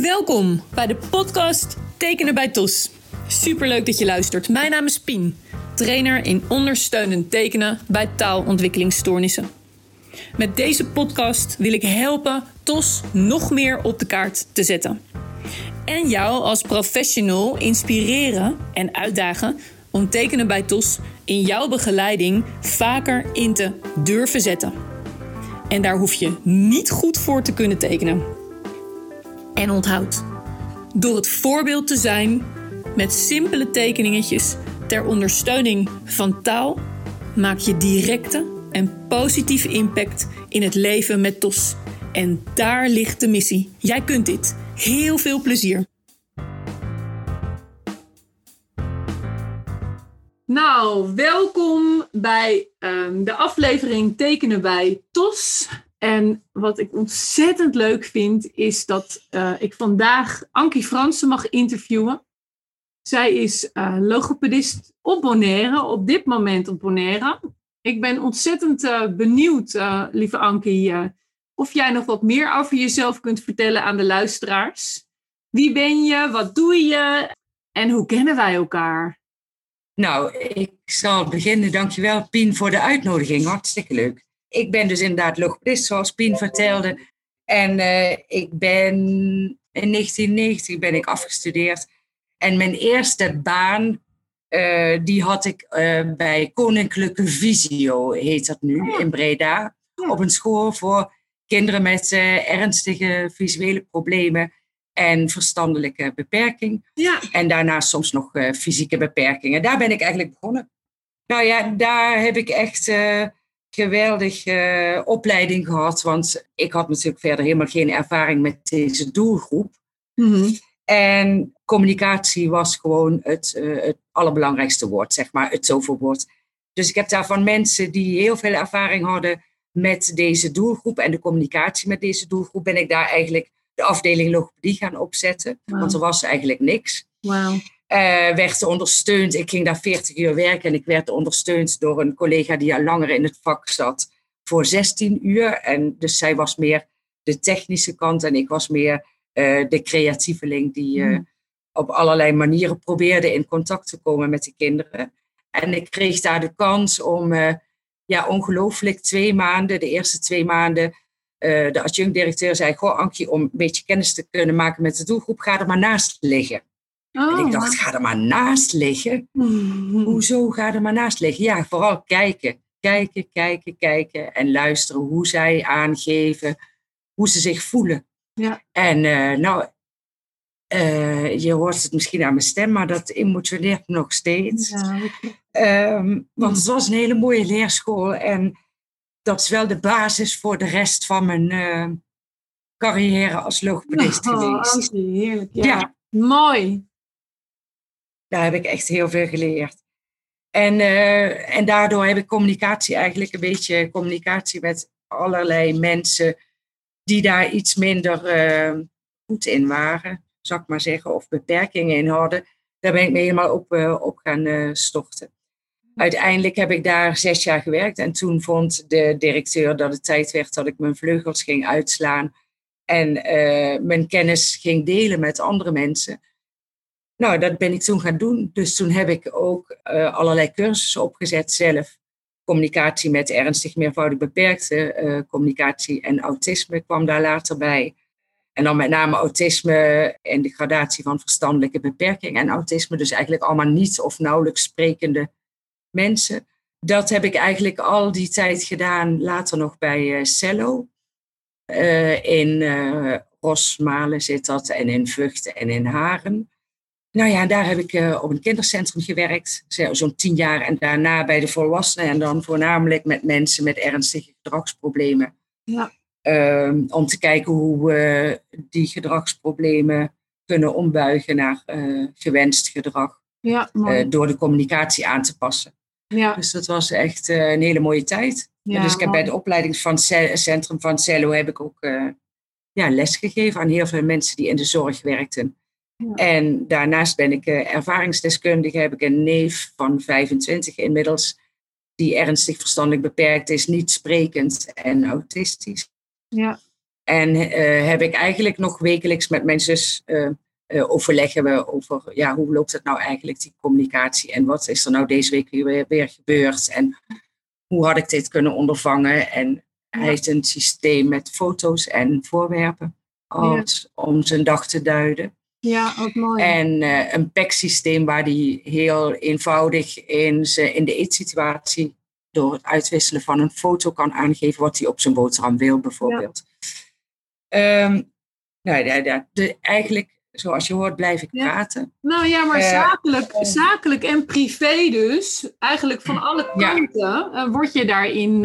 Welkom bij de podcast Tekenen bij TOS. Superleuk dat je luistert. Mijn naam is Pien, trainer in ondersteunend tekenen bij taalontwikkelingsstoornissen. Met deze podcast wil ik helpen TOS nog meer op de kaart te zetten. En jou als professional inspireren en uitdagen om tekenen bij TOS in jouw begeleiding vaker in te durven zetten. En daar hoef je niet goed voor te kunnen tekenen. En onthoud, door het voorbeeld te zijn met simpele tekeningetjes ter ondersteuning van taal, maak je directe en positieve impact in het leven met TOS. En daar ligt de missie. Jij kunt dit. Heel veel plezier. Nou, welkom bij de aflevering Tekenen bij TOS. En wat ik ontzettend leuk vind, is dat ik vandaag Ankie Fransen mag interviewen. Zij is logopedist op Bonaire, op dit moment op Bonaire. Ik ben ontzettend benieuwd, lieve Ankie, of jij nog wat meer over jezelf kunt vertellen aan de luisteraars. Wie ben je, wat doe je en hoe kennen wij elkaar? Nou, ik zal beginnen. Dankjewel, Pien, voor de uitnodiging. Hartstikke leuk. Ik ben dus inderdaad logopedist, zoals Pien vertelde. En ik ben in 1990 ben ik afgestudeerd. En mijn eerste baan, die had ik bij Koninklijke Visio, heet dat nu, in Breda. Op een school voor kinderen met ernstige visuele problemen en verstandelijke beperking. Ja. En daarnaast soms nog fysieke beperkingen. Daar ben ik eigenlijk begonnen. Nou ja, daar heb ik echt geweldige opleiding gehad. Want ik had natuurlijk verder helemaal geen ervaring met deze doelgroep. Mm-hmm. En communicatie was gewoon het allerbelangrijkste woord, zeg maar, het toverwoord. Dus ik heb daar van mensen die heel veel ervaring hadden met deze doelgroep en de communicatie met deze doelgroep, ben ik daar eigenlijk de afdeling logopedie gaan opzetten. Wow. Want er was eigenlijk niks. Wow. Werd ondersteund. Ik ging daar 40 uur werken en ik werd ondersteund door een collega die al langer in het vak zat voor 16 uur. En dus zij was meer de technische kant en ik was meer de creatieveling die op allerlei manieren probeerde in contact te komen met de kinderen. En ik kreeg daar de kans om ongelooflijk 2 maanden, de eerste 2 maanden, de adjunct-directeur zei, goh Ankie, om een beetje kennis te kunnen maken met de doelgroep, ga er maar naast liggen. Oh. En ik dacht, ga er maar naast liggen? Mm-hmm. Hoezo ga er maar naast liggen? Ja, vooral kijken. Kijken en luisteren hoe zij aangeven, hoe ze zich voelen. Ja. En je hoort het misschien aan mijn stem, maar dat emotioneert me nog steeds. Ja, want het was een hele mooie leerschool en dat is wel de basis voor de rest van mijn carrière als logopedist geweest. Ankie, heerlijk. Ja. Mooi. Daar heb ik echt heel veel geleerd. En daardoor heb ik communicatie met allerlei mensen die daar iets minder goed in waren, zou ik maar zeggen, of beperkingen in hadden. Daar ben ik me helemaal op gaan storten. Uiteindelijk heb ik daar 6 jaar gewerkt en toen vond de directeur dat het tijd werd dat ik mijn vleugels ging uitslaan en mijn kennis ging delen met andere mensen. Nou, dat ben ik toen gaan doen. Dus toen heb ik ook allerlei cursussen opgezet zelf. Communicatie met ernstig meervoudig beperkte, communicatie en autisme kwam daar later bij. En dan met name autisme en de gradatie van verstandelijke beperking en autisme. Dus eigenlijk allemaal niet of nauwelijks sprekende mensen. Dat heb ik eigenlijk al die tijd gedaan, later nog bij Cello. In Rosmalen zit dat en in Vught en in Haren. Nou ja, daar heb ik op een kindercentrum gewerkt, zo'n 10 jaar. En daarna bij de volwassenen en dan voornamelijk met mensen met ernstige gedragsproblemen. Ja. Om te kijken hoe we die gedragsproblemen kunnen ombuigen naar gewenst gedrag. Ja, door de communicatie aan te passen. Ja. Dus dat was echt een hele mooie tijd. Ja, dus ik heb bij het opleidingscentrum van Cello heb ik ook les gegeven aan heel veel mensen die in de zorg werkten. Ja. En daarnaast ben ik ervaringsdeskundige, heb ik een neef van 25 inmiddels, die ernstig verstandelijk beperkt is, niet sprekend en autistisch. Ja. En heb ik eigenlijk nog wekelijks met mijn zus overleggen we over hoe loopt het nou eigenlijk, die communicatie. En wat is er nou deze week weer gebeurd. En hoe had ik dit kunnen ondervangen. En hij heeft een systeem met foto's en voorwerpen om zijn dag te duiden. Ja, ook mooi. En een PEC-systeem waar hij heel eenvoudig in de eetsituatie door het uitwisselen van een foto kan aangeven wat hij op zijn boterham wil, bijvoorbeeld. Eigenlijk, zoals je hoort, blijf ik praten. Nou ja, maar zakelijk en privé dus. Eigenlijk van alle kanten word je daarin...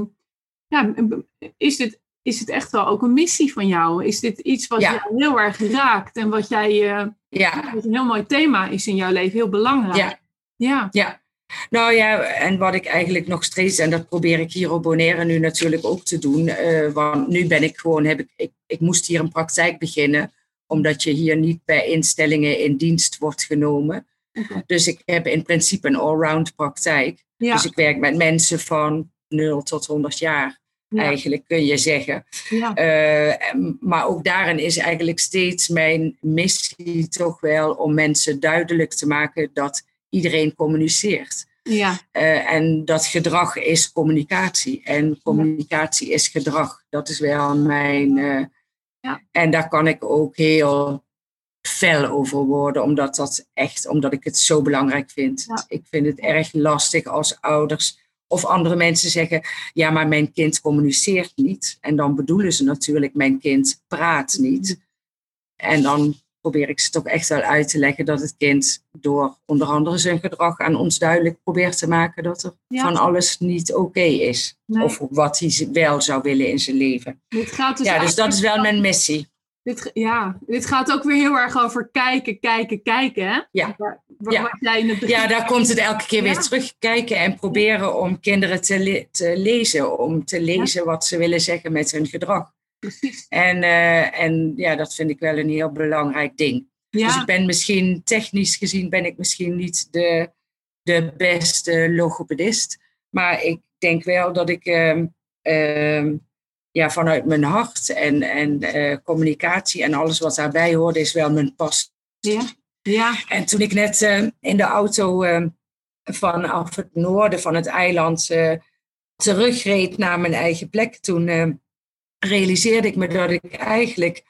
Is het echt wel ook een missie van jou? Is dit iets wat jou heel erg raakt en wat jij... wat een heel mooi thema is in jouw leven, heel belangrijk. Ja. Nou ja, en wat ik eigenlijk nog steeds, en dat probeer ik hier op Bonaire nu natuurlijk ook te doen, want nu ben ik gewoon, ik moest hier een praktijk beginnen, omdat je hier niet bij instellingen in dienst wordt genomen. Okay. Dus ik heb in principe een allround praktijk. Ja. Dus ik werk met mensen van 0 tot 100 jaar. Ja. Eigenlijk kun je zeggen. Ja. Maar ook daarin is eigenlijk steeds mijn missie toch wel om mensen duidelijk te maken dat iedereen communiceert. Ja. En dat gedrag is communicatie. En communicatie is gedrag. Dat is wel mijn... En daar kan ik ook heel fel over worden, omdat ik het zo belangrijk vind. Ja. Ik vind het erg lastig als ouders of andere mensen zeggen, ja, maar mijn kind communiceert niet. En dan bedoelen ze natuurlijk, mijn kind praat niet. En dan probeer ik ze toch echt wel uit te leggen dat het kind door onder andere zijn gedrag aan ons duidelijk probeert te maken dat er van alles niet oké is. Nee. Of wat hij wel zou willen in zijn leven. Dit gaat dus dat is wel mijn missie. Dit gaat ook weer heel erg over kijken, hè? Ja. Daar komt het elke keer weer terug. Kijken en proberen om kinderen te lezen. Om te lezen wat ze willen zeggen met hun gedrag. Precies. En dat vind ik wel een heel belangrijk ding. Ja. Dus ik ben misschien, technisch gezien, niet de beste logopedist. Maar ik denk wel dat ik vanuit mijn hart en communicatie en alles wat daarbij hoort, is wel mijn passie. Ja. En toen ik net in de auto vanaf het noorden van het eiland terugreed naar mijn eigen plek, toen realiseerde ik me dat ik eigenlijk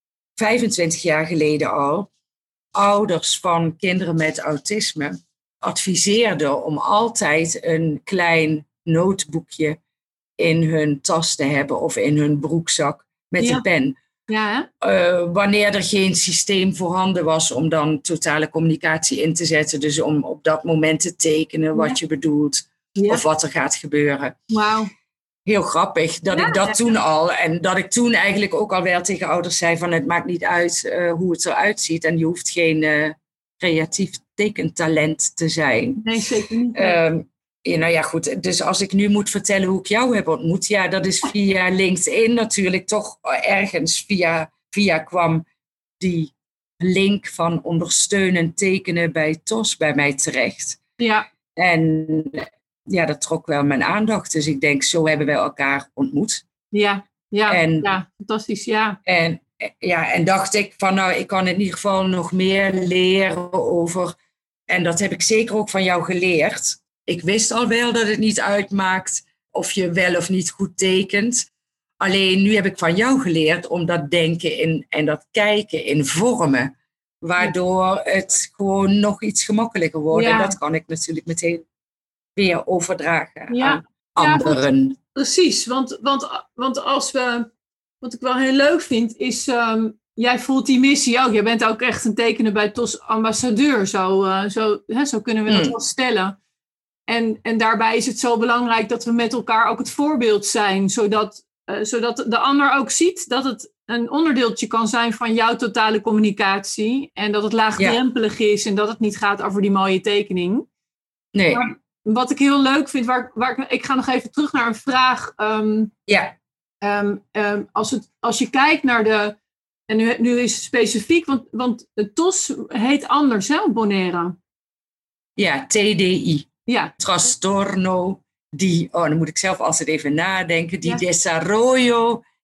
25 jaar geleden al ouders van kinderen met autisme adviseerde om altijd een klein noteboekje in hun tas te hebben of in hun broekzak met een pen. Ja. Wanneer er geen systeem voorhanden was om dan totale communicatie in te zetten. Dus om op dat moment te tekenen wat je bedoelt of wat er gaat gebeuren. Wauw. Heel grappig dat ik dat toen al, en dat ik toen eigenlijk ook al wel tegen ouders zei van het maakt niet uit hoe het eruit ziet en je hoeft geen creatief tekentalent te zijn. Nee, zeker niet. Goed. Dus als ik nu moet vertellen hoe ik jou heb ontmoet, dat is via LinkedIn natuurlijk toch ergens via kwam die link van ondersteunen tekenen bij TOS bij mij terecht. Ja. En dat trok wel mijn aandacht. Dus ik denk, zo hebben wij elkaar ontmoet. Ja, fantastisch, ja. En dacht ik van, ik kan in ieder geval nog meer leren over. En dat heb ik zeker ook van jou geleerd. Ik wist al wel dat het niet uitmaakt of je wel of niet goed tekent. Alleen nu heb ik van jou geleerd om dat denken en dat kijken in vormen. Waardoor het gewoon nog iets gemakkelijker wordt. Ja. En dat kan ik natuurlijk meteen weer overdragen aan anderen. Ja, precies, want wat ik wel heel leuk vind is, jij voelt die missie ook. Jij bent ook echt een tekenen bij TOS ambassadeur, zo kunnen we dat wel stellen. En daarbij is het zo belangrijk dat we met elkaar ook het voorbeeld zijn, zodat de ander ook ziet dat het een onderdeeltje kan zijn van jouw totale communicatie en dat het laagdrempelig is en dat het niet gaat over die mooie tekening. Nee. Maar wat ik heel leuk vind, ik ga nog even terug naar een vraag. Als je kijkt naar en nu is het specifiek, want het TOS heet anders, hè, Bonaire? Ja, TDI. Ja. Trastorno dan moet ik zelf altijd even nadenken, Desarrollo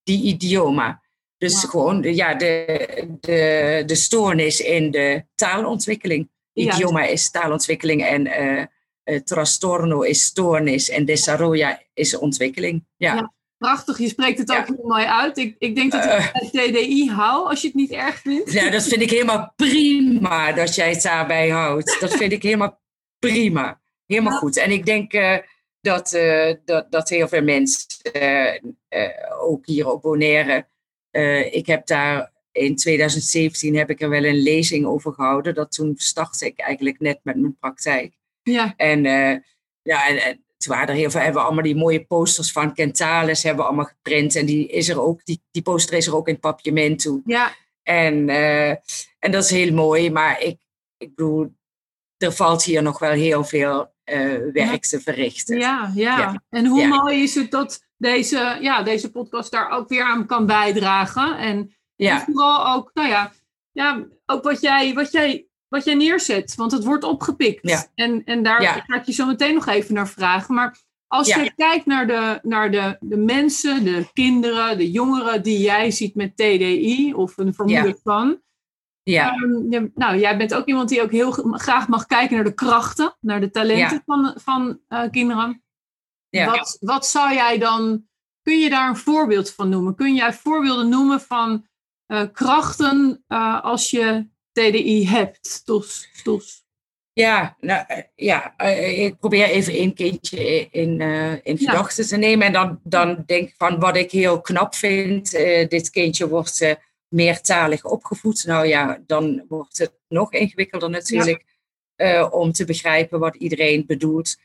die idioma. Dus gewoon de stoornis in de taalontwikkeling. Idioma is taalontwikkeling en trastorno is stoornis en desarrolla is ontwikkeling. Ja. Prachtig, je spreekt het ook heel mooi uit. Ik denk dat ik bij TDI hou, als je het niet erg vindt. Ja, dat vind ik helemaal prima dat jij het daarbij houdt. Dat vind ik helemaal prima. Helemaal goed. En ik denk dat heel veel mensen, ook hier op Bonaire, ik heb daar in 2017 heb ik er wel een lezing over gehouden. Toen startte ik eigenlijk net met mijn praktijk. Ja. En toen waren er heel veel, hebben we allemaal die mooie posters van Kentalis hebben we allemaal geprint. En die poster is er ook in Papiamento. Ja. En dat is heel mooi, maar ik bedoel, er valt hier nog wel heel veel werk te verrichten. Ja. En hoe mooi is het dat deze podcast daar ook weer aan kan bijdragen. En vooral ook, ook wat jij neerzet. Want het wordt opgepikt. Ja. En daar ga ik je zo meteen nog even naar vragen. Maar als je kijkt naar de mensen, de kinderen, de jongeren die jij ziet met TDI of een vermoeden van. Ja. Jij bent ook iemand die ook heel graag mag kijken naar de krachten, naar de talenten van kinderen. Ja. Wat zou jij dan, kun je daar een voorbeeld van noemen? Kun jij voorbeelden noemen van krachten als je TDI hebt? Tos. Ja, ik probeer even één kindje in gedachten te nemen. En dan denk ik van wat ik heel knap vind. Dit kindje wordt meertalig opgevoed. Nou ja, dan wordt het nog ingewikkelder natuurlijk. Om te begrijpen wat iedereen bedoelt.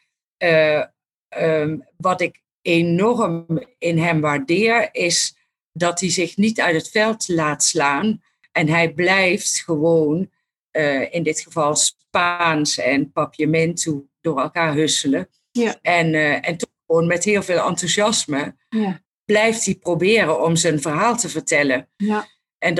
Wat ik enorm in hem waardeer is dat hij zich niet uit het veld laat slaan. En hij blijft gewoon, in dit geval Spaans en Papiamento, door elkaar husselen. Ja. En toch gewoon met heel veel enthousiasme blijft hij proberen om zijn verhaal te vertellen. Ja. En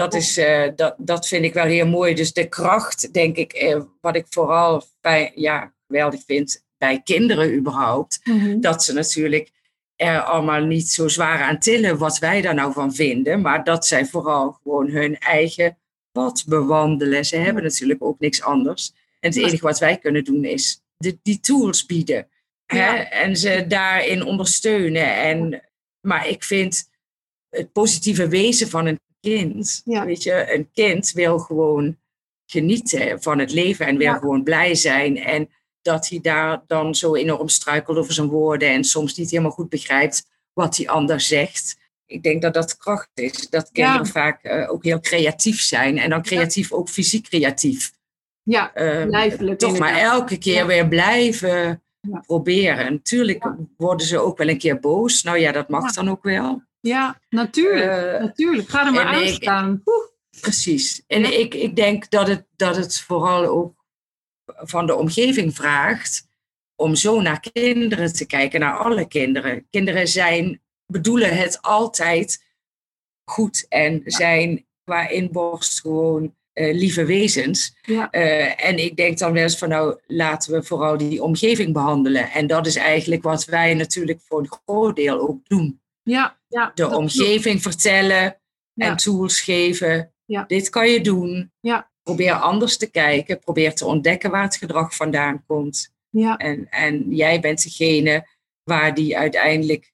dat vind ik wel heel mooi. Dus de kracht, denk ik, wat ik vooral geweldig vind bij kinderen überhaupt. Mm-hmm. Dat ze natuurlijk er allemaal niet zo zwaar aan tillen wat wij daar nou van vinden. Maar dat zij vooral gewoon hun eigen pad bewandelen. Ze hebben natuurlijk ook niks anders. En het enige wat wij kunnen doen is die tools bieden. Ja. Hè? En ze daarin ondersteunen. Maar ik vind het positieve wezen van een kind. Ja. Weet je, een kind wil gewoon genieten van het leven en wil gewoon blij zijn. En dat hij daar dan zo enorm struikelt over zijn woorden en soms niet helemaal goed begrijpt wat die ander zegt. Ik denk dat dat kracht is. Dat kinderen vaak ook heel creatief zijn. En dan creatief ook fysiek creatief. Ja, lijfelijk. Toch maar elke keer weer blijven proberen. Natuurlijk worden ze ook wel een keer boos. Nou ja, dat mag dan ook wel. Ja, natuurlijk. Ga er maar aan staan. Precies. En ik denk dat het vooral ook van de omgeving vraagt om zo naar kinderen te kijken, naar alle kinderen. Kinderen bedoelen het altijd goed en zijn qua inborst gewoon lieve wezens. Ja. En ik denk dan wel eens van laten we vooral die omgeving behandelen. En dat is eigenlijk wat wij natuurlijk voor een groot deel ook doen. Ja, de omgeving vertellen en tools geven. Ja. Dit kan je doen. Ja. Probeer anders te kijken. Probeer te ontdekken waar het gedrag vandaan komt. Ja. En jij bent degene waar die uiteindelijk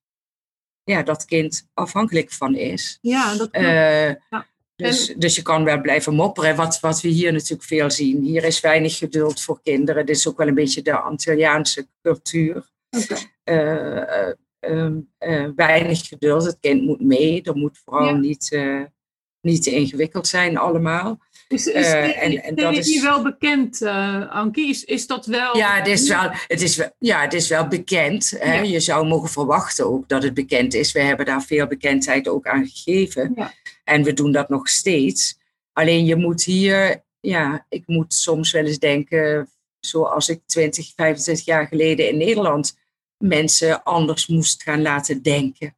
dat kind afhankelijk van is. Ja, dat klopt. Dus je kan wel blijven mopperen. Wat we hier natuurlijk veel zien. Hier is weinig geduld voor kinderen. Dit is ook wel een beetje de Antilliaanse cultuur. Okay. Weinig geduld. Het kind moet mee. Er moet vooral niet te ingewikkeld zijn allemaal. Is dat is wel bekend, Ankie? Is dat wel... Ja, het is wel bekend. Hè? Ja. Je zou mogen verwachten ook dat het bekend is. We hebben daar veel bekendheid ook aan gegeven. Ja. En we doen dat nog steeds. Alleen je moet hier... Ja, ik moet soms wel eens denken... Zoals ik 20, 25 jaar geleden in Nederland... mensen anders moest gaan laten denken.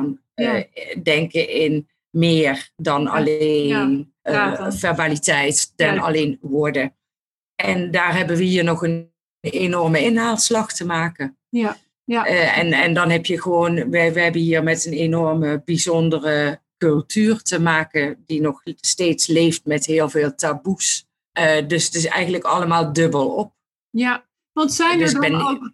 Denken in meer dan alleen verbaliteit, dan alleen woorden. En daar hebben we hier nog een enorme inhaalslag te maken. Ja. Ja. En dan heb je gewoon, we hebben hier met een enorme bijzondere cultuur te maken die nog steeds leeft met heel veel taboes. Dus het is eigenlijk allemaal dubbel op. Ja, want zijn er dan ook...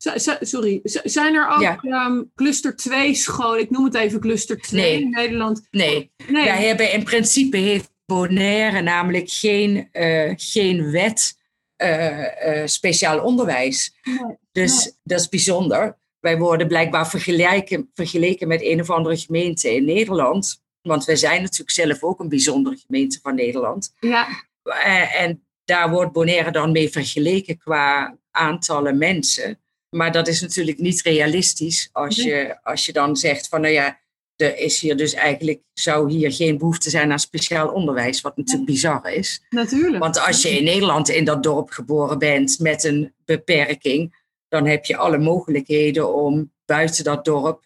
Zijn er ook cluster 2 scholen? Ik noem het even cluster 2 in Nederland. Nee. Wij hebben in principe heeft Bonaire namelijk geen wet speciaal onderwijs. Dus dat is bijzonder. Wij worden blijkbaar vergeleken met een of andere gemeente in Nederland. Want wij zijn natuurlijk zelf ook een bijzondere gemeente van Nederland. Ja. En daar wordt Bonaire dan mee vergeleken qua aantallen mensen. Maar dat is natuurlijk niet realistisch als je dan zegt van er is hier dus eigenlijk, zou hier geen behoefte zijn aan speciaal onderwijs, wat natuurlijk bizar is. Natuurlijk. Want als je in Nederland in dat dorp geboren bent met een beperking, dan heb je alle mogelijkheden om buiten dat dorp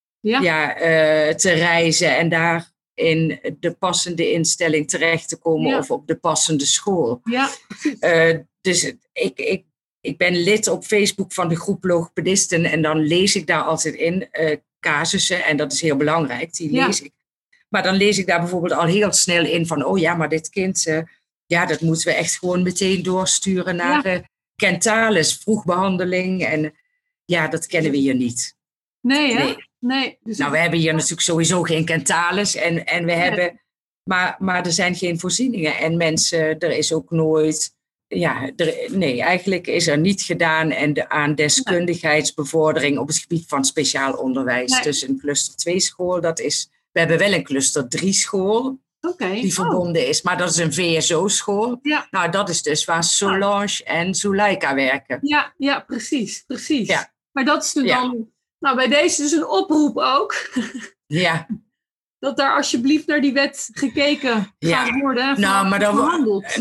te reizen en daar in de passende instelling terecht te komen of op de passende school. Ja. Dus ik ben lid op Facebook van de groep logopedisten en dan lees ik daar altijd in casussen en dat is heel belangrijk, die lees ik. Maar dan lees ik daar bijvoorbeeld al heel snel in van maar dit kind, dat moeten we echt gewoon meteen doorsturen naar Kentalis, vroegbehandeling en dat kennen we hier niet. Nee, hè? Nee. Dus we hebben hier natuurlijk sowieso geen Kentalis en we hebben, maar er zijn geen voorzieningen en mensen, er is ook nooit... eigenlijk is er niet gedaan aan deskundigheidsbevordering op het gebied van speciaal onderwijs. Nee. Dus een cluster 2 school, we hebben wel een cluster 3 school die verbonden is, maar dat is een VSO-school. Ja. Nou, dat is dus waar Solange en Zuleika werken. Ja, precies. Ja. Maar dat is dan, bij deze dus een oproep ook. Ja. Dat daar alsjeblieft naar die wet gekeken gaat worden. Maar dan behandeld.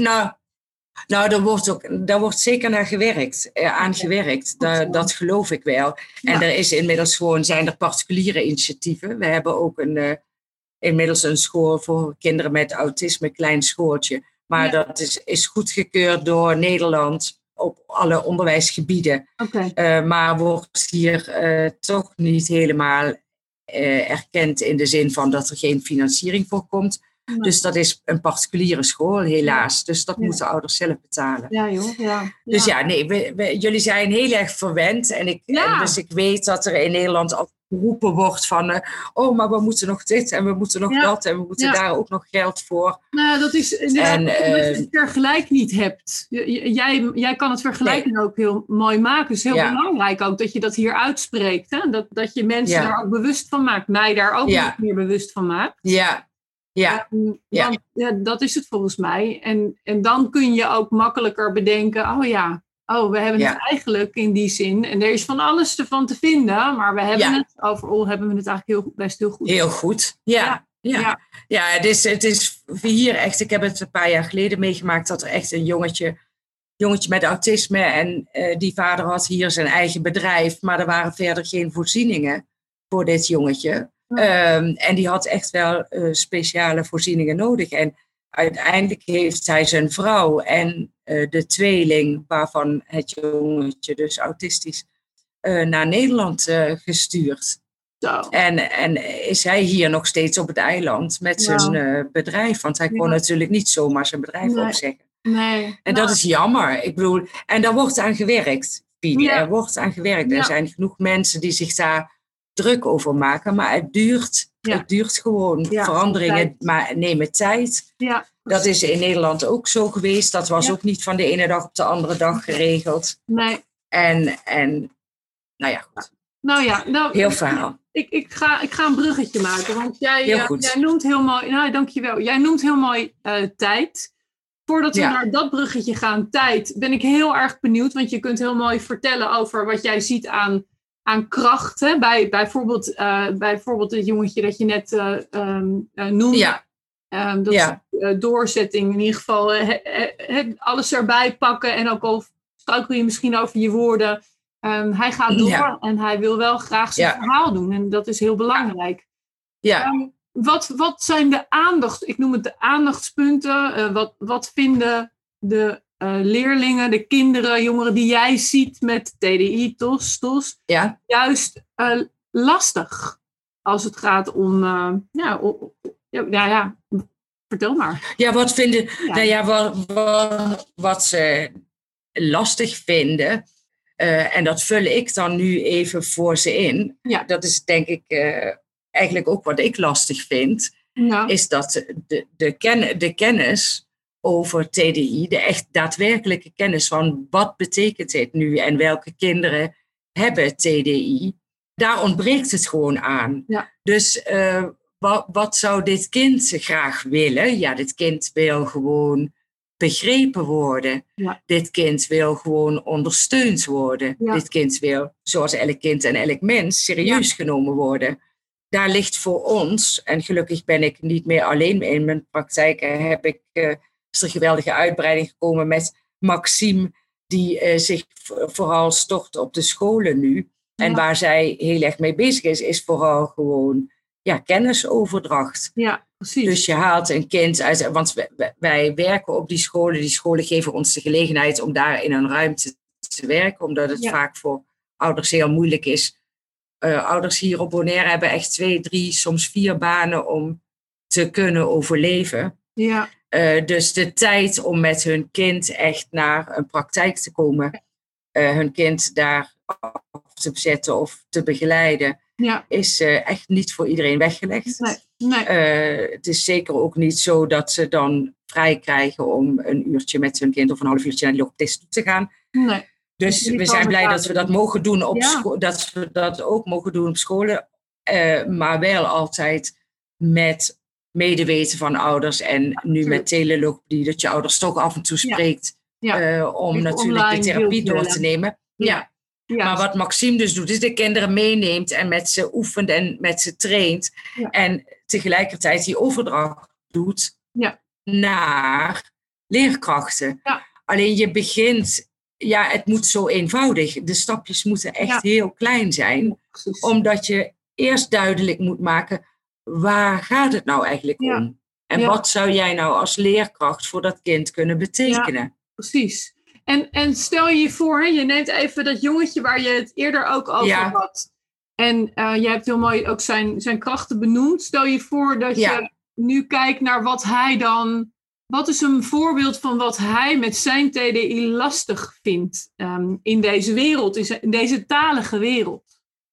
Daar wordt zeker naar gewerkt. Dat geloof ik wel. En er is inmiddels zijn er particuliere initiatieven. We hebben ook inmiddels een school voor kinderen met autisme, een klein schooltje. Maar dat is goedgekeurd door Nederland op alle onderwijsgebieden. Maar wordt hier toch niet helemaal erkend in de zin van dat er geen financiering voor komt. Nee. Dus dat is een particuliere school, helaas. Dus dat moeten ouders zelf betalen. Ja, joh. Ja. Dus jullie zijn heel erg verwend. En dus ik weet dat er in Nederland al geroepen wordt van... maar we moeten nog dit en we moeten nog dat. En we moeten daar ook nog geld voor. Nou, dat is inderdaad omdat je het vergelijk niet hebt. Jij kan het vergelijken ook heel mooi maken. Het is heel belangrijk ook dat je dat hier uitspreekt. Hè? Dat je mensen daar ook bewust van maakt. Mij daar ook nog meer bewust van maakt. Ja. Want dat is het volgens mij. En dan kun je ook makkelijker bedenken... we hebben het eigenlijk in die zin... en er is van alles ervan te vinden... maar we hebben het overal hebben we het eigenlijk best heel goed. Heel goed, ja. Het is hier echt... Ik heb het een paar jaar geleden meegemaakt... dat er echt een jongetje met autisme... en die vader had hier zijn eigen bedrijf... maar er waren verder geen voorzieningen voor dit jongetje... En die had echt wel speciale voorzieningen nodig. En uiteindelijk heeft hij zijn vrouw en de tweeling, waarvan het jongetje dus autistisch, naar Nederland gestuurd. Zo. En is hij hier nog steeds op het eiland met zijn bedrijf. Want hij kon natuurlijk niet zomaar zijn bedrijf opzeggen. Nee. En dat is jammer. Ik bedoel, en daar wordt aan gewerkt, Pien. Er wordt aan gewerkt. Er zijn genoeg mensen die zich daar druk over maken, maar het duurt gewoon. Veranderingen nemen tijd. Ja. Dat is in Nederland ook zo geweest. Dat was ook niet van de ene dag op de andere dag geregeld. Nee. En goed. Heel verhaal. Ik ga een bruggetje maken, want jij noemt heel mooi, dankjewel. Jij noemt heel mooi tijd. Voordat we naar dat bruggetje gaan, tijd, ben ik heel erg benieuwd, want je kunt heel mooi vertellen over wat jij ziet aan kracht. Hè? Bijvoorbeeld het jongetje dat je net noemde. Doorzetting, in ieder geval alles erbij pakken. En ook al struikel je misschien over je woorden. Hij gaat door en hij wil wel graag zijn verhaal doen. En dat is heel belangrijk. Ja. Wat zijn ik noem het de aandachtspunten. Wat vinden de leerlingen, de kinderen, jongeren die jij ziet met TDI, TOS, juist lastig als het gaat om, vertel maar. Ja, wat vinden, wat ze lastig vinden, en dat vul ik dan nu even voor ze in. Ja. Dat is denk ik eigenlijk ook wat ik lastig vind, is dat de kennis over TDI, de echt daadwerkelijke kennis van wat betekent dit nu en welke kinderen hebben TDI, daar ontbreekt het gewoon aan. Ja. Dus wat zou dit kind graag willen? Ja, dit kind wil gewoon begrepen worden. Ja. Dit kind wil gewoon ondersteund worden. Ja. Dit kind wil, zoals elk kind en elk mens, serieus genomen worden. Daar ligt voor ons, en gelukkig ben ik niet meer alleen in mijn praktijk, is er een geweldige uitbreiding gekomen met Maxime, die zich vooral stort op de scholen nu. Ja. En waar zij heel erg mee bezig is vooral gewoon kennisoverdracht. Ja, precies. Dus je haalt een kind uit, want wij werken op die scholen geven ons de gelegenheid om daar in een ruimte te werken, omdat het vaak voor ouders heel moeilijk is. Ouders hier op Bonaire hebben echt 2, 3, soms 4 banen om te kunnen overleven. Ja. Dus de tijd om met hun kind echt naar een praktijk te komen, hun kind daar af te zetten of te begeleiden, is echt niet voor iedereen weggelegd. Nee. Het is zeker ook niet zo dat ze dan vrij krijgen om een uurtje met hun kind of een half uurtje naar de logopedist toe te gaan. Nee. Dus we zijn blij dat we dat mogen doen op school, dat we dat ook mogen doen op scholen, maar wel altijd met medeweten van ouders en nu met telelogopedie, dat je ouders toch af en toe spreekt om natuurlijk de therapie door te nemen. Ja. Maar wat Maxime dus doet, is de kinderen meeneemt en met ze oefent en met ze traint. Ja. En tegelijkertijd die overdracht doet naar leerkrachten. Ja. Alleen je begint, het moet zo eenvoudig. De stapjes moeten echt heel klein zijn. Omdat je eerst duidelijk moet maken, waar gaat het nou eigenlijk om? En wat zou jij nou als leerkracht voor dat kind kunnen betekenen? Ja, precies. En stel je voor, je neemt even dat jongetje waar je het eerder ook over had. En je hebt heel mooi ook zijn krachten benoemd. Stel je voor dat je nu kijkt naar wat hij dan... Wat is een voorbeeld van wat hij met zijn TDI lastig vindt in deze wereld, in deze talige wereld?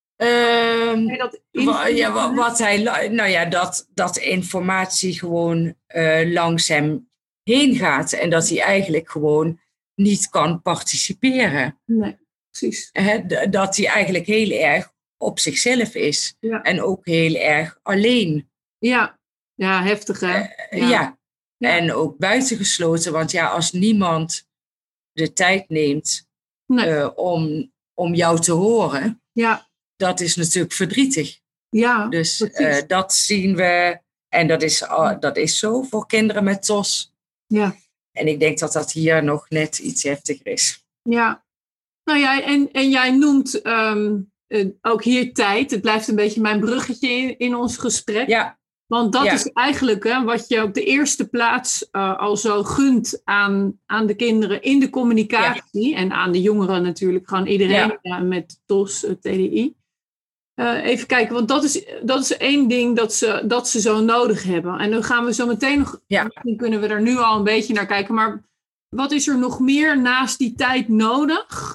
Dat informatie gewoon langs hem heen gaat. En dat hij eigenlijk gewoon niet kan participeren. Nee, precies. Dat hij eigenlijk heel erg op zichzelf is. Ja. En ook heel erg alleen. Ja, heftig hè? Ja. En ook buitengesloten. Want als niemand de tijd neemt om jou te horen, dat is natuurlijk verdrietig. Ja, dus dat zien we. En dat is zo voor kinderen met TOS. Ja. En ik denk dat dat hier nog net iets heftiger is. Ja. Nou ja, en jij noemt ook hier tijd. Het blijft een beetje mijn bruggetje in ons gesprek. Ja. Want dat is eigenlijk wat je op de eerste plaats al zo gunt aan de kinderen in de communicatie. Ja. En aan de jongeren natuurlijk, gewoon iedereen met TOS, TDI. Even kijken, want dat is één ding dat ze zo nodig hebben. En dan gaan we zo meteen nog, misschien kunnen we er nu al een beetje naar kijken. Maar wat is er nog meer naast die tijd nodig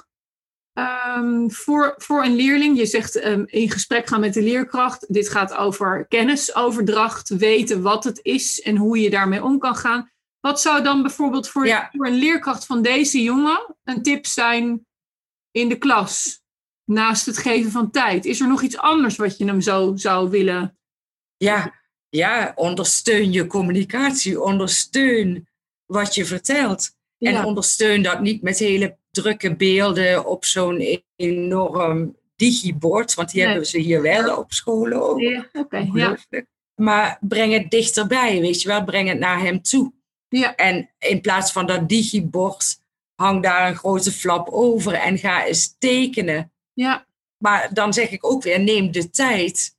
voor een leerling? Je zegt in gesprek gaan met de leerkracht. Dit gaat over kennisoverdracht, weten wat het is en hoe je daarmee om kan gaan. Wat zou dan bijvoorbeeld voor een leerkracht van deze jongen een tip zijn in de klas? Naast het geven van tijd. Is er nog iets anders wat je hem zo zou willen? Ja, ondersteun je communicatie. Ondersteun wat je vertelt. Ja. En ondersteun dat niet met hele drukke beelden op zo'n enorm digibord. Want die hebben ze hier wel op scholen ook. Ja, ongelooflijk. Maar breng het dichterbij, weet je wel. Breng het naar hem toe. Ja. En in plaats van dat digibord, hang daar een grote flap over en ga eens tekenen. Ja. Maar dan zeg ik ook weer, neem de tijd.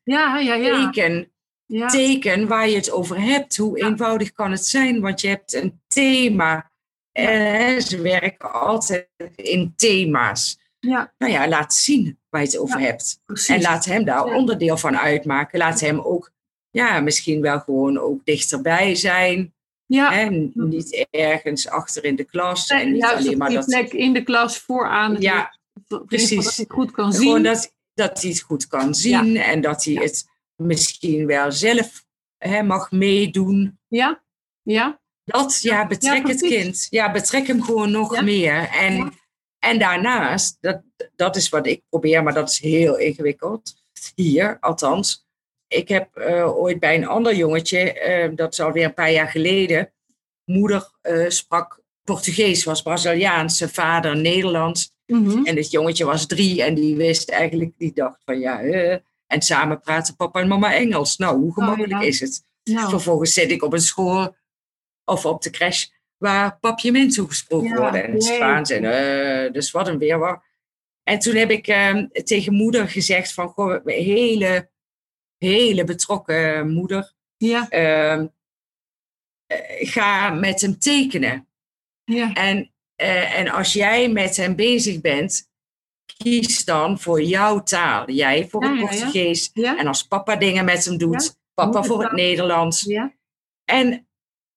Teken waar je het over hebt. Hoe eenvoudig kan het zijn? Want je hebt een thema Ze werken altijd in thema's. Ja. Nou ja, laat zien waar je het over hebt. Precies. En laat hem daar onderdeel van uitmaken. Laat hem ook, misschien wel gewoon ook dichterbij zijn. Ja. En niet ergens achter in de klas. En niet juist alleen maar die plek in de klas vooraan. Precies. Dat hij het goed kan zien. Gewoon dat hij het goed kan zien. En dat hij het misschien wel zelf mag meedoen. Ja. Betrek het kind. Ja, betrek hem gewoon nog meer. En daarnaast, dat is wat ik probeer, maar dat is heel ingewikkeld. Hier, althans. Ik heb ooit bij een ander jongetje, dat is alweer een paar jaar geleden, moeder sprak Portugees, was Braziliaans, zijn vader Nederlands. Mm-hmm. En dit jongetje was 3 en die dacht van en samen praten papa en mama Engels. Nou, hoe gemakkelijk is het? Nou. Vervolgens zit ik op een school of op de crash waar papiamento gesproken worden en het Spaans. En dus wat een weerwar. En toen heb ik tegen moeder gezegd van, goh, hele betrokken moeder. Ja. Ga met hem tekenen. Ja. En als jij met hem bezig bent, kies dan voor jouw taal. Jij voor het Portugees. Ja. En als papa dingen met hem doet, papa voor het Nederlands. Ja. En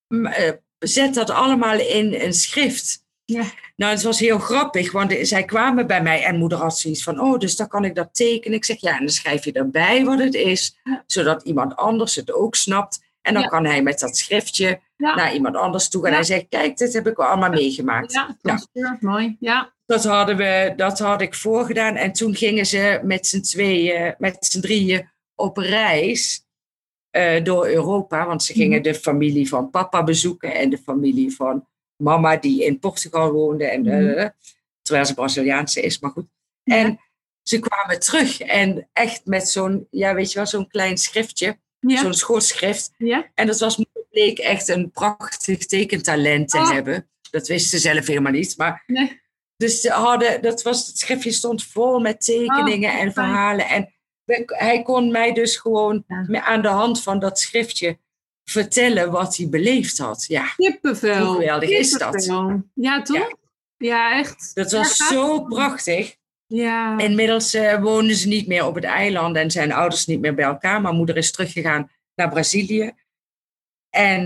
zet dat allemaal in een schrift. Ja. Nou, het was heel grappig, want zij kwamen bij mij en moeder had zoiets van, dus dan kan ik dat tekenen. Ik zeg, en dan schrijf je erbij wat het is, zodat iemand anders het ook snapt. En dan kan hij met dat schriftje naar iemand anders toe gaan. En hij zegt, kijk, dit heb ik allemaal meegemaakt. Ja, mooi. Ja. Dat had ik voorgedaan. En toen gingen ze met z'n drieën op reis door Europa. Want ze gingen de familie van papa bezoeken en de familie van mama die in Portugal woonde. En, terwijl ze Braziliaanse is, maar goed. Ja. En ze kwamen terug en echt met zo'n, zo'n klein schriftje. Ja. Zo'n schoolschrift. Ja. En dat bleek echt een prachtig tekentalent te hebben. Dat wisten ze zelf helemaal niet. Maar dus het schriftje stond vol met tekeningen en verhalen. En hij kon mij dus gewoon aan de hand van dat schriftje vertellen wat hij beleefd had. Ja. Kippenvel. Hoe geweldig is dat? Ja, toch? Ja, echt. Dat was zo prachtig. Ja. Inmiddels wonen ze niet meer op het eiland en zijn ouders niet meer bij elkaar. Maar moeder is teruggegaan naar Brazilië. En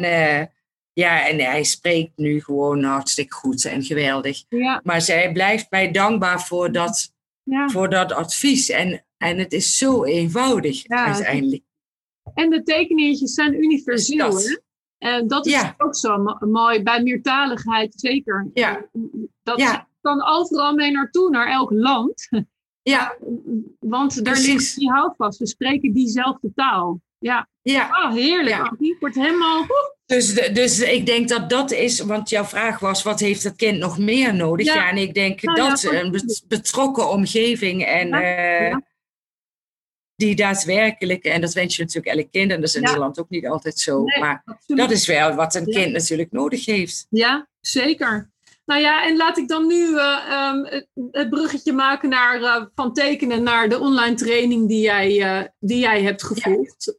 hij spreekt nu gewoon hartstikke goed en geweldig. Ja. Maar zij blijft mij dankbaar voor dat advies. En het is zo eenvoudig uiteindelijk. En de tekeningetjes zijn universeel, hè? En dat is ook zo mooi. Bij meertaligheid zeker. Ja. Dat kan overal mee naartoe, naar elk land. Ja. Want daar ligt die houvast. We spreken diezelfde taal. Ja. Heerlijk. Ja. Die wordt helemaal... Dus ik denk dat is... Want jouw vraag was, wat heeft het kind nog meer nodig? Ja, en ik denk een betrokken omgeving en... die daadwerkelijk, en dat wens je natuurlijk elk kind, en dat is in Nederland ook niet altijd zo, maar absoluut. Dat is wel wat een kind natuurlijk nodig heeft. Ja, zeker. Nou ja, en laat ik dan nu het bruggetje maken naar van tekenen naar de online training die jij hebt gevolgd.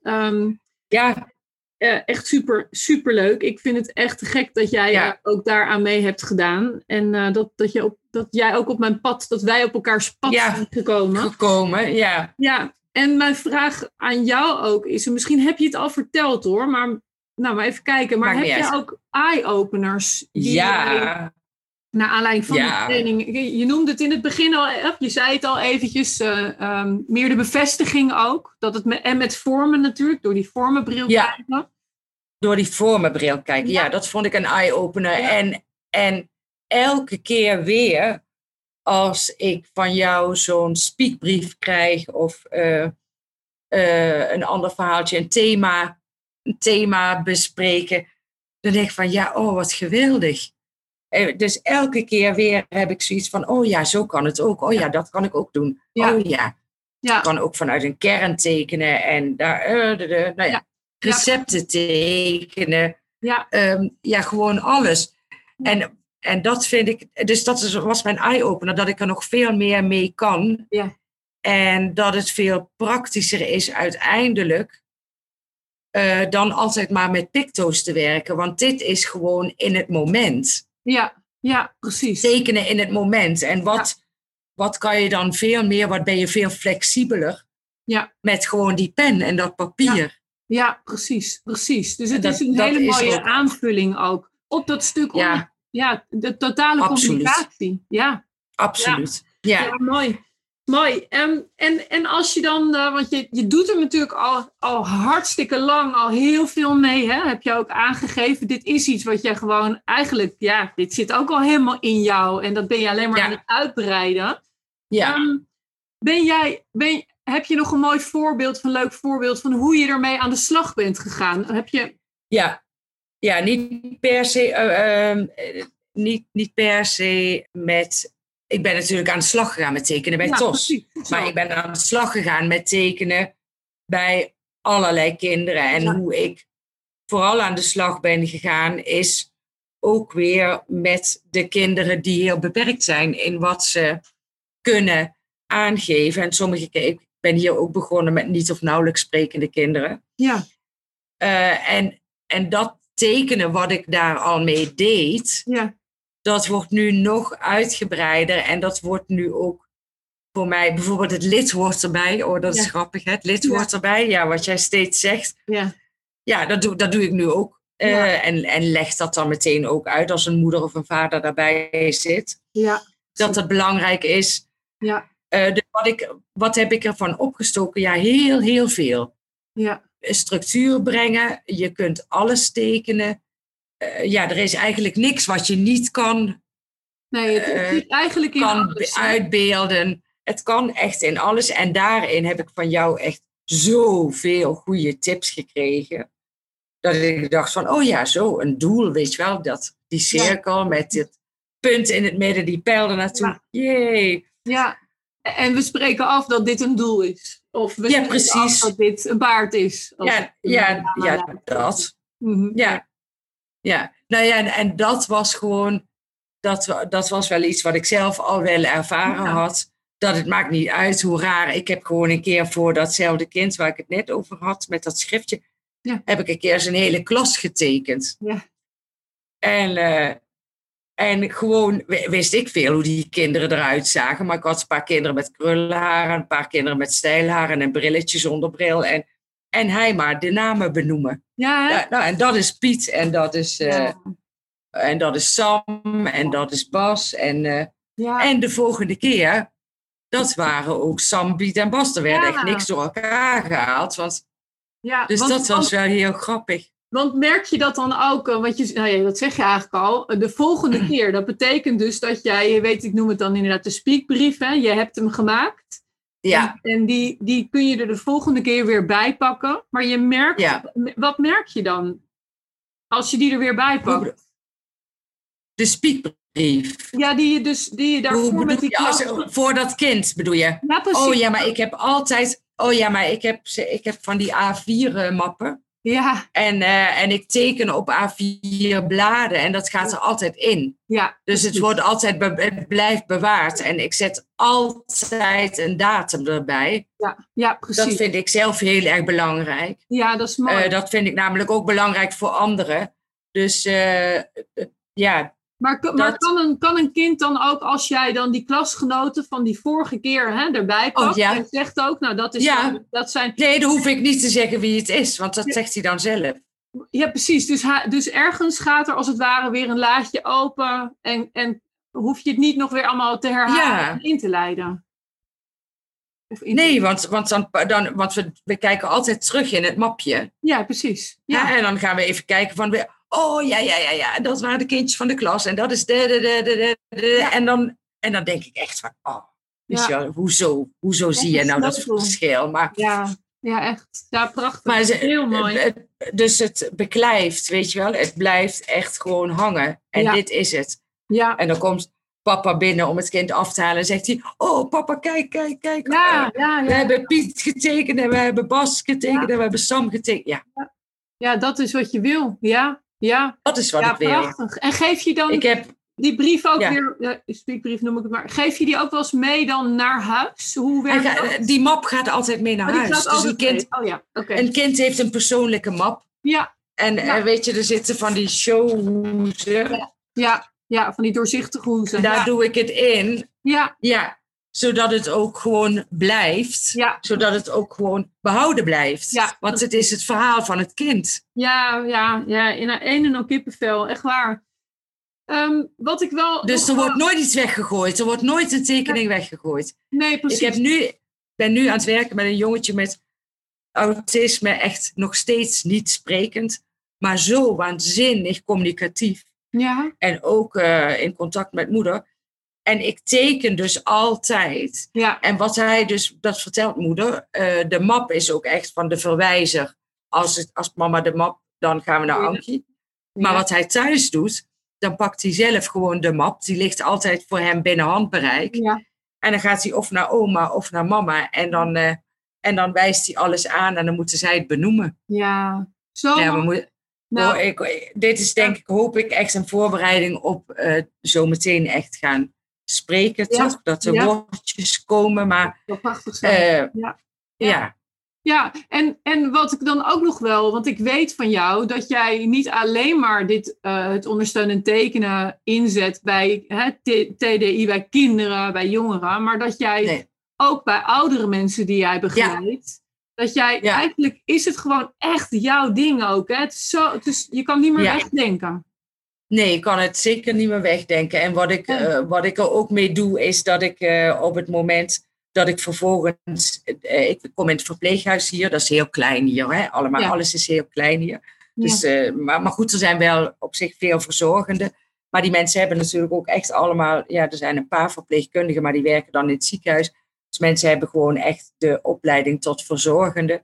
Echt super leuk. Ik vind het echt gek dat jij ook daaraan mee hebt gedaan. En dat jij ook op mijn pad, dat wij op elkaars pad zijn gekomen. Ja. En mijn vraag aan jou ook is, en misschien heb je het al verteld hoor, maar even kijken. Maar heb je ook eye-openers? Naar aanleiding van de training. Je noemde het in het begin al, je zei het al eventjes, meer de bevestiging ook. Dat het met vormen natuurlijk, door die vormenbril kijken. Door die vormenbril kijken, ja, dat vond ik een eye-opener. Ja. En elke keer weer, als ik van jou zo'n speakbrief krijg of een ander verhaaltje, een thema bespreken, dan denk ik van wat geweldig. Dus elke keer weer heb ik zoiets van, zo kan het ook. Dat kan ik ook doen. Ik kan ook vanuit een kern tekenen en daar, recepten tekenen. Gewoon alles. En dat vind ik, dus was mijn eye-opener, dat ik er nog veel meer mee kan. Ja. En dat het veel praktischer is uiteindelijk dan altijd maar met picto's te werken. Want dit is gewoon in het moment. Ja. Ja, precies. Tekenen in het moment. En wat kan je dan veel meer, wat ben je veel flexibeler met gewoon die pen en dat papier. Ja, precies. Dus het is een hele mooie aanvulling ook. Op dat stuk de totale communicatie. Ja. Absoluut. Ja, mooi. En als je dan, want je doet er natuurlijk al hartstikke lang, al heel veel mee, hè? Heb je ook aangegeven. Dit is iets wat jij gewoon eigenlijk, dit zit ook al helemaal in jou. En dat ben je alleen maar aan het uitbreiden. Ja. Heb je nog een mooi voorbeeld, een leuk voorbeeld van hoe je ermee aan de slag bent gegaan? Heb je... Ja, niet per se, niet per se met... Ik ben natuurlijk aan de slag gegaan met tekenen bij TOS. Precies, maar ik ben aan de slag gegaan met tekenen bij allerlei kinderen. En hoe ik vooral aan de slag ben gegaan is ook weer met de kinderen die heel beperkt zijn in wat ze kunnen aangeven. En ik ben hier ook begonnen met niet of nauwelijks sprekende kinderen. Ja. En dat tekenen wat ik daar al mee deed... Ja. Dat wordt nu nog uitgebreider en dat wordt nu ook voor mij, bijvoorbeeld het lidwoord erbij. Oh, dat is grappig, hè? Het lidwoord erbij, ja, wat jij steeds zegt. Ja, dat doe ik nu ook. En leg dat dan meteen ook uit als een moeder of een vader daarbij zit. Ja. Dat het belangrijk is. Ja. Wat heb ik ervan opgestoken? Ja, heel veel. Ja. Structuur brengen, je kunt alles tekenen. Er is eigenlijk niks wat je niet kan, het zit eigenlijk in alles, uitbeelden. Het kan echt in alles. En daarin heb ik van jou echt zoveel goede tips gekregen. Dat ik dacht van, zo een doel, weet je wel. Die cirkel met dit punt in het midden, die pijl er naartoe. Jee. Ja, en we spreken af dat dit een doel is. Of we spreken af dat dit een paard is. Dat. Mm-hmm. Ja, nou ja, en dat was gewoon, dat was wel iets wat ik zelf al wel ervaren had. Dat het maakt niet uit hoe raar. Ik heb gewoon een keer voor datzelfde kind waar ik het net over had, met dat schriftje, heb ik een keer zijn hele klas getekend. Ja. En gewoon wist ik veel hoe die kinderen eruit zagen. Maar ik had een paar kinderen met krullenharen, een paar kinderen met stijlharen en een brilletje zonder bril. En hij maar de namen benoemen. Ja, en dat is Piet en dat is, en dat is Sam en dat is Bas. En de volgende keer, dat waren ook Sam, Piet en Bas. Er werd echt niks door elkaar gehaald. Dus dat was wel heel grappig. Want merk je dat dan ook, dat zeg je eigenlijk al, de volgende keer. Dat betekent dus dat jij, ik noem het dan inderdaad de speakbrief, hè, je hebt hem gemaakt. Ja. En die kun je er de volgende keer weer bij pakken. Maar je merkt, wat merk je dan als je die er weer bij pakt? De speakbrief. Ja, die je daarvoor met die klas... Voor dat kind bedoel je? Ja, precies. Oh ja, maar ik heb altijd... Oh ja, maar ik heb van die A4 mappen. Ja. En ik teken op A4 bladen en dat gaat er altijd in. Ja. Dus het wordt altijd het blijft bewaard. En ik zet altijd een datum erbij. Ja, precies. Dat vind ik zelf heel erg belangrijk. Ja, dat is mooi. Dat vind ik namelijk ook belangrijk voor anderen. Dus ja... Maar kan een kind dan ook, als jij dan die klasgenoten van die vorige keer erbij pakt en zegt ook, nou dat is dat zijn... Nee, dan hoef ik niet te zeggen wie het is, want dat zegt hij dan zelf. Ja, precies. Dus ergens gaat er als het ware weer een laadje open en hoef je het niet nog weer allemaal te herhalen en in te leiden. Nee, want we kijken altijd terug in het mapje. Ja, precies. Ja. En dan gaan we even kijken van... Oh, ja, dat waren de kindjes van de klas. En dat is En dan denk ik echt van... hoezo zie je nou dat verschil? Maar, ja, echt. Ja, prachtig. Maar heel mooi. Dus het beklijft, weet je wel. Het blijft echt gewoon hangen. En dit is het. Ja. En dan komt papa binnen om het kind af te halen. En zegt hij... Oh, papa, kijk. We hebben Piet getekend. En we hebben Bas getekend. En we hebben Sam getekend. Ja, dat is wat je wil. Ja, dat is wat ik wil. Prachtig. En geef je dan die brief ook weer, speakbrief noem ik het maar, geef je die ook wel eens mee dan naar huis? Hoe werkt dat? Die map gaat altijd mee naar huis. Dus een kind heeft een persoonlijke map. Ja. En weet je, er zitten van die showhoezen. Ja. Ja, van die doorzichtige hoezen. Daar doe ik het in. Ja. Ja, zodat het ook gewoon blijft. Ja. Zodat het ook gewoon behouden blijft. Ja. Want het is het verhaal van het kind. Ja. In een en al kippenvel. Echt waar. Wat ik wel... Dus er wordt nooit iets weggegooid. Er wordt nooit een tekening weggegooid. Nee, precies. Ik ben nu aan het werken met een jongetje met autisme. Echt nog steeds niet sprekend. Maar zo waanzinnig communicatief. Ja. En ook in contact met moeder. En ik teken dus altijd. Ja. En wat hij dus, dat vertelt moeder. De map is ook echt van de verwijzer. Als mama de map, dan gaan we naar Ankie. Maar wat hij thuis doet, dan pakt hij zelf gewoon de map. Die ligt altijd voor hem binnen handbereik. Ja. En dan gaat hij of naar oma of naar mama. En dan wijst hij alles aan en dan moeten zij het benoemen. Ja, zo. Ja, dit is denk ik, hoop ik, echt een voorbereiding op zo meteen echt gaan spreken, toch? Dat er woordjes komen, maar... Dat prachtig zijn. Ja, en wat ik dan ook nog wel, want ik weet van jou dat jij niet alleen maar het ondersteunend tekenen inzet bij TDI, bij kinderen, bij jongeren, maar dat jij ook bij oudere mensen die jij begeleidt, dat jij eigenlijk is het gewoon echt jouw ding ook. Hè? Je kan niet meer wegdenken. Nee, ik kan het zeker niet meer wegdenken. En wat ik er ook mee doe, is dat ik op het moment dat ik vervolgens... ik kom in het verpleeghuis hier, dat is heel klein hier. Hè? Alles is heel klein hier. Dus, maar goed, er zijn wel op zich veel verzorgenden. Maar die mensen hebben natuurlijk ook echt allemaal... Ja, er zijn een paar verpleegkundigen, maar die werken dan in het ziekenhuis. Dus mensen hebben gewoon echt de opleiding tot verzorgende.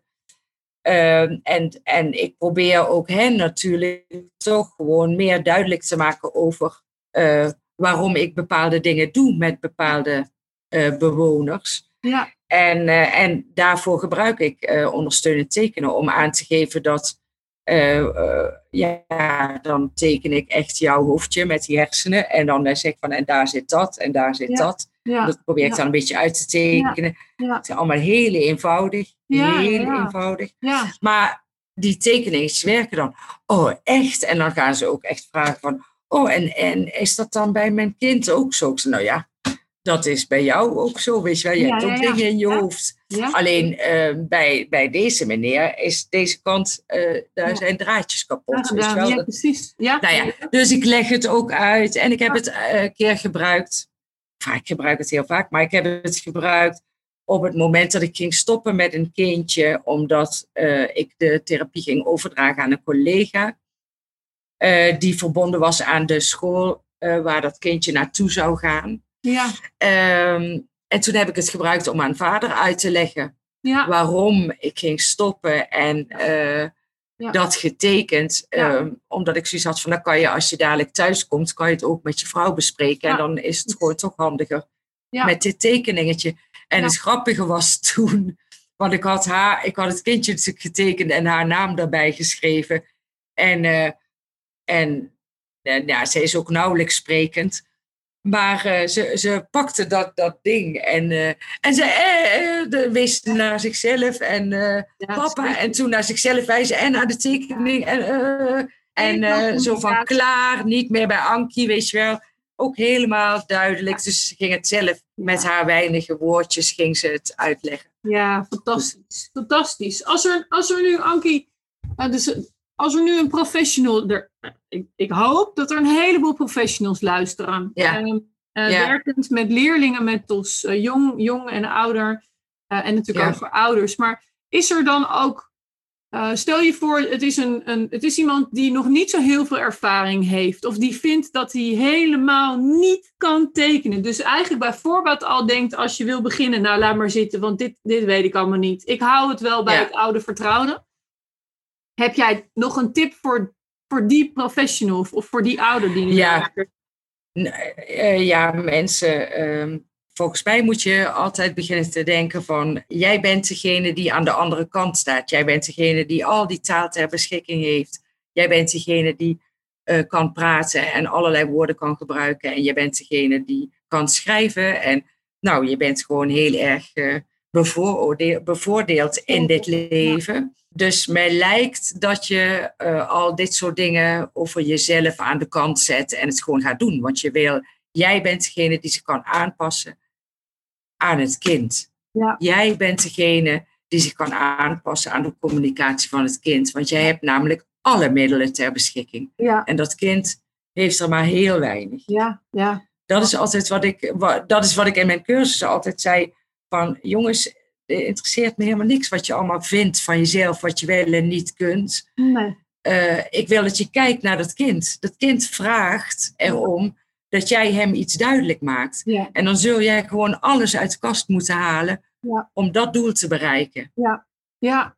En ik probeer ook hen natuurlijk toch gewoon meer duidelijk te maken over waarom ik bepaalde dingen doe met bepaalde bewoners. Ja. En daarvoor gebruik ik ondersteunend tekenen om aan te geven dat dan teken ik echt jouw hoofdje met die hersenen en dan zeg ik van en daar zit dat en daar zit dat. Ja. Dat probeer ik dan een beetje uit te tekenen. Ja. Het is allemaal heel eenvoudig. Eenvoudig. Ja. Maar die tekeningen werken dan. Oh, echt? En dan gaan ze ook echt vragen van... Oh, en is dat dan bij mijn kind ook zo? Ik zeg, nou ja, dat is bij jou ook zo. Weet je wel, je hebt ook dingen in je hoofd. Ja. Alleen bij deze meneer is deze kant... daar zijn draadjes kapot. Weet je wel? Ja, precies. Ja. Nou ja, dus ik leg het ook uit. En ik heb het een keer gebruikt... Ik gebruik het heel vaak, maar ik heb het gebruikt op het moment dat ik ging stoppen met een kindje, omdat ik de therapie ging overdragen aan een collega die verbonden was aan de school waar dat kindje naartoe zou gaan. Ja. En toen heb ik het gebruikt om aan vader uit te leggen waarom ik ging stoppen en dat getekend, omdat ik zoiets had van, dan kan je als je dadelijk thuis komt, kan je het ook met je vrouw bespreken. En dan is het gewoon toch handiger met dit tekeningetje. En het grappige was toen, want ik had het kindje natuurlijk getekend en haar naam daarbij geschreven. En zij is ook nauwelijks sprekend. Maar ze pakte dat ding en ze wees naar zichzelf en papa. En toen naar zichzelf wijzen en naar de tekening. En zo van klaar, niet meer bij Ankie, weet je wel. Ook helemaal duidelijk. Dus ze ging het zelf met haar weinige woordjes ging ze het uitleggen. Ja, fantastisch. Fantastisch. Als er nu, Ankie... Als er nu een professional... Ik hoop dat er een heleboel professionals luisteren. Ja. Werkend met leerlingen met TOS. Jong en ouder. En natuurlijk ook voor ouders. Maar is er dan ook... stel je voor, het is iemand die nog niet zo heel veel ervaring heeft. Of die vindt dat hij helemaal niet kan tekenen. Dus eigenlijk bij voorbaat al denkt, als je wil beginnen, nou laat maar zitten, want dit weet ik allemaal niet. Ik hou het wel bij het oude vertrouwde. Heb jij nog een tip voor die professional of voor die ouder die nu werkt? Mensen... volgens mij moet je altijd beginnen te denken van... jij bent degene die aan de andere kant staat. Jij bent degene die al die taal ter beschikking heeft. Jij bent degene die kan praten en allerlei woorden kan gebruiken. En je bent degene die kan schrijven. En nou, je bent gewoon heel erg bevoordeeld in dit leven. Dus mij lijkt dat je al dit soort dingen over jezelf aan de kant zet en het gewoon gaat doen. Want jij bent degene die zich kan aanpassen aan het kind. Ja. Jij bent degene die zich kan aanpassen aan de communicatie van het kind. Want jij hebt namelijk alle middelen ter beschikking. Ja. En dat kind heeft er maar heel weinig. Ja. Dat is altijd wat ik in mijn cursussen altijd zei. Van jongens, het interesseert me helemaal niks wat je allemaal vindt van jezelf. Wat je wel en niet kunt. Nee. Ik wil dat je kijkt naar dat kind. Dat kind vraagt erom dat jij hem iets duidelijk maakt. Ja. En dan zul jij gewoon alles uit de kast moeten halen om dat doel te bereiken. Ja.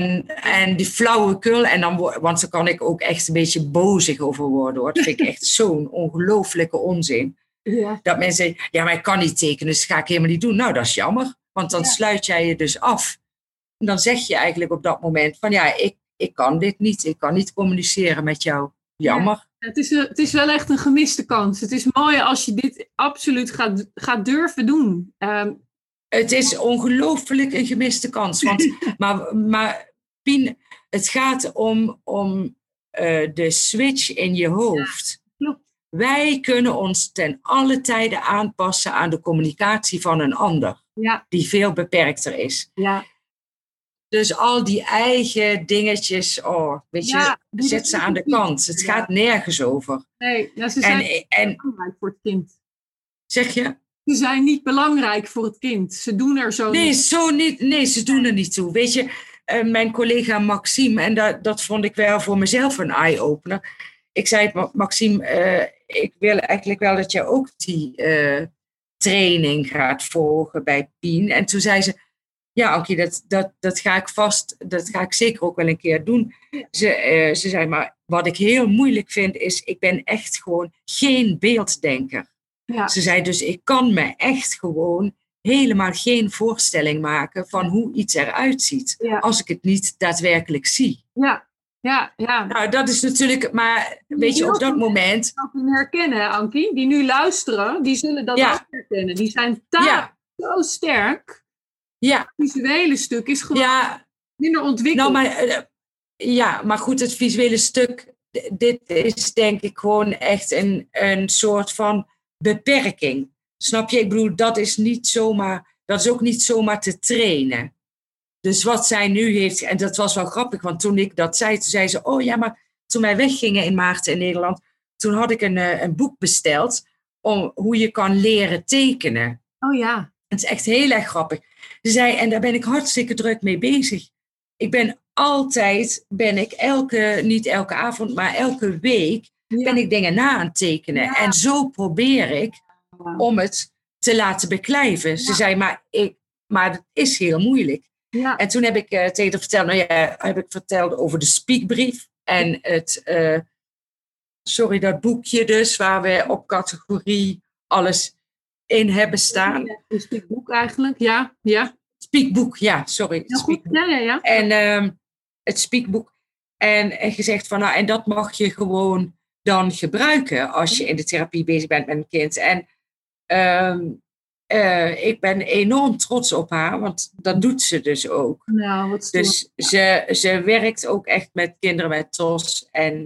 En die flauwekul, want daar kan ik ook echt een beetje bozig over worden. Hoor. Dat vind ik echt zo'n ongelooflijke onzin. Ja. Dat mensen zeggen, ja, maar ik kan niet tekenen, dus dat ga ik helemaal niet doen. Nou, dat is jammer, want dan sluit jij je dus af. En dan zeg je eigenlijk op dat moment van, ja, ik kan dit niet. Ik kan niet communiceren met jou. Jammer. Ja, het is wel echt een gemiste kans. Het is mooi als je dit absoluut gaat durven doen. Het is ongelooflijk een gemiste kans. Want, maar Pien, het gaat om de switch in je hoofd. Ja, klopt. Wij kunnen ons ten alle tijde aanpassen aan de communicatie van een ander. Ja. Die veel beperkter is. Ja. Dus al die eigen dingetjes, weet je, zet ze aan de kant. Het gaat nergens over. Nee, ze zijn niet belangrijk voor het kind. Zeg je? Ze zijn niet belangrijk voor het kind. Ze doen er zo niet. Nee, ze doen er niet toe. Weet je, mijn collega Maxime, en dat vond ik wel voor mezelf een eye-opener. Ik zei, Maxime, ik wil eigenlijk wel dat jij ook die training gaat volgen bij Pien. En toen zei ze, ja, Ankie, dat ga ik zeker ook wel een keer doen. Ze zei, maar wat ik heel moeilijk vind is, ik ben echt gewoon geen beelddenker. Ja. Ze zei dus, ik kan me echt gewoon helemaal geen voorstelling maken van hoe iets eruit ziet. Als ik het niet daadwerkelijk zie. Ja. Nou, dat is natuurlijk, maar weet je, op dat moment... Dat kunnen herkennen, Ankie. Die nu luisteren, die zullen dat ook herkennen. Die zijn zo sterk. Ja. Het visuele stuk is gewoon minder ontwikkeld. Nou, maar goed, het visuele stuk, dit is denk ik gewoon echt een soort van beperking. Snap je? Ik bedoel, dat is ook niet zomaar te trainen. Dus wat zij nu heeft, en dat was wel grappig, want toen ik dat zei, toen zei ze, oh ja, maar toen wij weggingen in maart in Nederland, toen had ik een boek besteld om hoe je kan leren tekenen. Oh ja. Het is echt heel erg grappig. Ze zei, en daar ben ik hartstikke druk mee bezig. Ik ben niet elke avond, maar elke week ben ik dingen na aan het tekenen. Ja. En zo probeer ik om het te laten beklijven. Ja. Ze zei, maar het is heel moeilijk. Ja. En toen heb ik tegen haar verteld over de speakbrief. En dat boekje dus, waar we op categorie alles in hebben staan. Ja, een speakboek eigenlijk, ja. Speakboek, ja, sorry. Speakboek. Ja. En het speakboek. En gezegd van, en dat mag je gewoon dan gebruiken als je in de therapie bezig bent met een kind. En ik ben enorm trots op haar, want dat doet ze dus ook. Nou, wat stoer. Dus ze werkt ook echt met kinderen met TOS en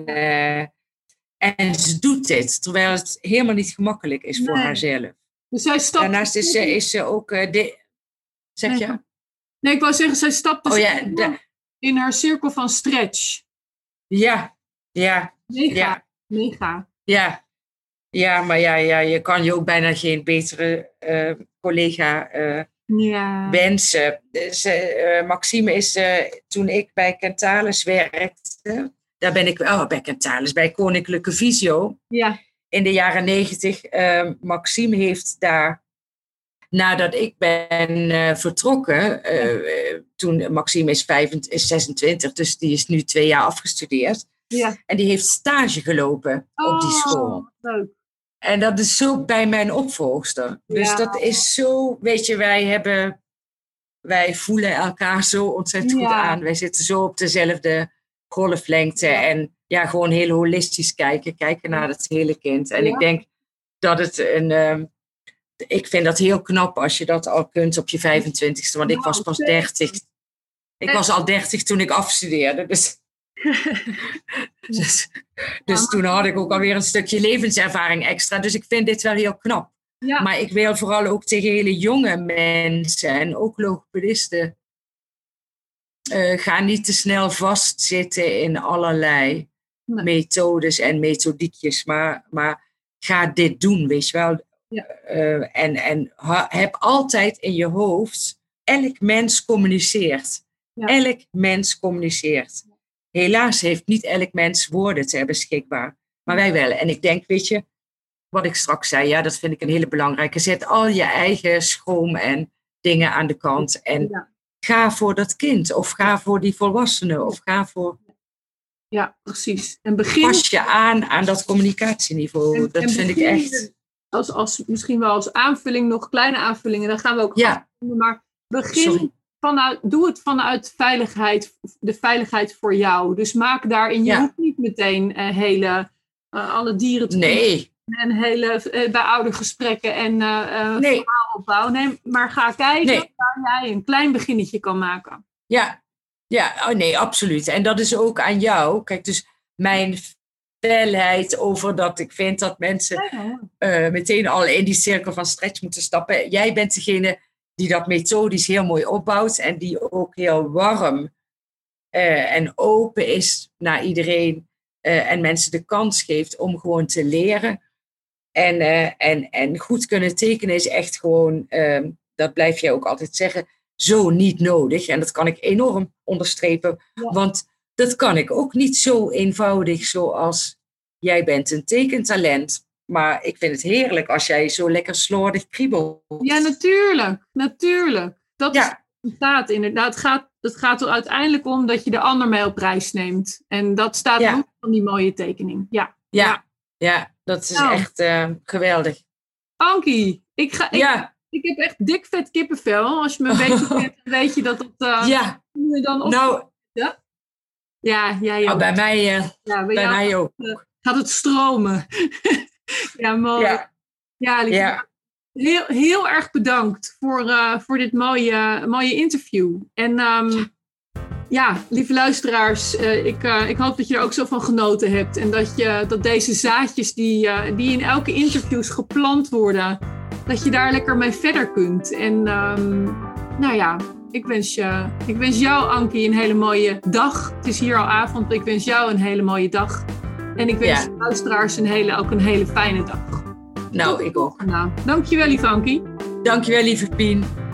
ze doet dit, terwijl het helemaal niet gemakkelijk is voor haarzelf. Dus zij stapt... Daarnaast is ze ook... zeg je? Nee, ik wou zeggen, zij stapt dus in haar cirkel van stretch. Ja. Mega. Ja, maar je kan je ook bijna geen betere collega wensen. Dus, Maxime is, toen ik bij Kentalis werkte, daar ben ik bij Kentalis, bij Koninklijke Visio. Ja. In de jaren 90, Maxime heeft daar, nadat ik ben vertrokken, toen Maxime is 26, dus die is nu 2 jaar afgestudeerd. Ja. En die heeft stage gelopen op die school. Leuk. En dat is zo bij mijn opvolgster. Dus dat is zo, weet je, wij voelen elkaar zo ontzettend goed aan. Wij zitten zo op dezelfde golflengte. Ja. En gewoon heel holistisch kijken naar het hele kind. En ik denk dat het ik vind dat heel knap als je dat al kunt op je 25ste. Want ik was pas 30. Ik was al 30 toen ik afstudeerde. Dus toen had ik ook alweer een stukje levenservaring extra. Dus ik vind dit wel heel knap. Ja. Maar ik wil vooral ook tegen hele jonge mensen en ook logopedisten. Ga niet te snel vastzitten in allerlei methodes en methodiekjes. Maar ga dit doen, weet je wel. Ja. En heb altijd in je hoofd, elk mens communiceert. Ja. Elk mens communiceert. Helaas heeft niet elk mens woorden te beschikbaar. Maar wij wel. En ik denk, weet je, wat ik straks zei, ja, dat vind ik een hele belangrijke. Zet al je eigen schroom en dingen aan de kant. En ga voor dat kind. Of ga voor die volwassene. Of ga voor... Ja, precies. En begin... Pas je aan dat communicatieniveau. Dat vind ik echt... Misschien wel als aanvulling, nog kleine aanvullingen. Dan gaan we ook afdoen. Maar begin... Doe het vanuit veiligheid, de veiligheid voor jou. Dus maak daarin, je hoeft niet meteen alle dieren te doen. En bij oudergesprekken en verhaalopbouw. Nee, maar ga kijken waar jij een klein beginnetje kan maken. Ja, absoluut. En dat is ook aan jou. Kijk, dus mijn felheid over dat ik vind dat mensen meteen al in die cirkel van stretch moeten stappen. Jij bent degene die dat methodisch heel mooi opbouwt en die ook heel warm en open is naar iedereen en mensen de kans geeft om gewoon te leren. En goed kunnen tekenen is echt gewoon, dat blijf jij ook altijd zeggen, zo niet nodig. En dat kan ik enorm onderstrepen, want dat kan ik ook niet zo eenvoudig zoals jij bent een tekentalent. Maar ik vind het heerlijk als jij zo lekker slordig kriebelt. Ja, natuurlijk. Dat staat inderdaad. Het gaat er uiteindelijk om dat je de ander mee op prijs neemt. En dat staat ook van die mooie tekening. Ja, dat is echt geweldig. Ankie, ik heb echt dik vet kippenvel. Als je me een beetje kent, dan weet je dat dat... Ja, bij mij ook. Gaat het stromen. Ja, mooi. Ja, lieve. Heel erg bedankt voor dit mooie interview. En lieve luisteraars, ik hoop dat je er ook zo van genoten hebt. En dat deze zaadjes die in elke interviews geplant worden, dat je daar lekker mee verder kunt. En ik wens jou, Ankie, een hele mooie dag. Het is hier al avond, maar ik wens jou een hele mooie dag. En ik wens de luisteraars ook een hele fijne dag. Nou, ik ook. Dankjewel, lieve Ankie. Dankjewel, lieve Pien.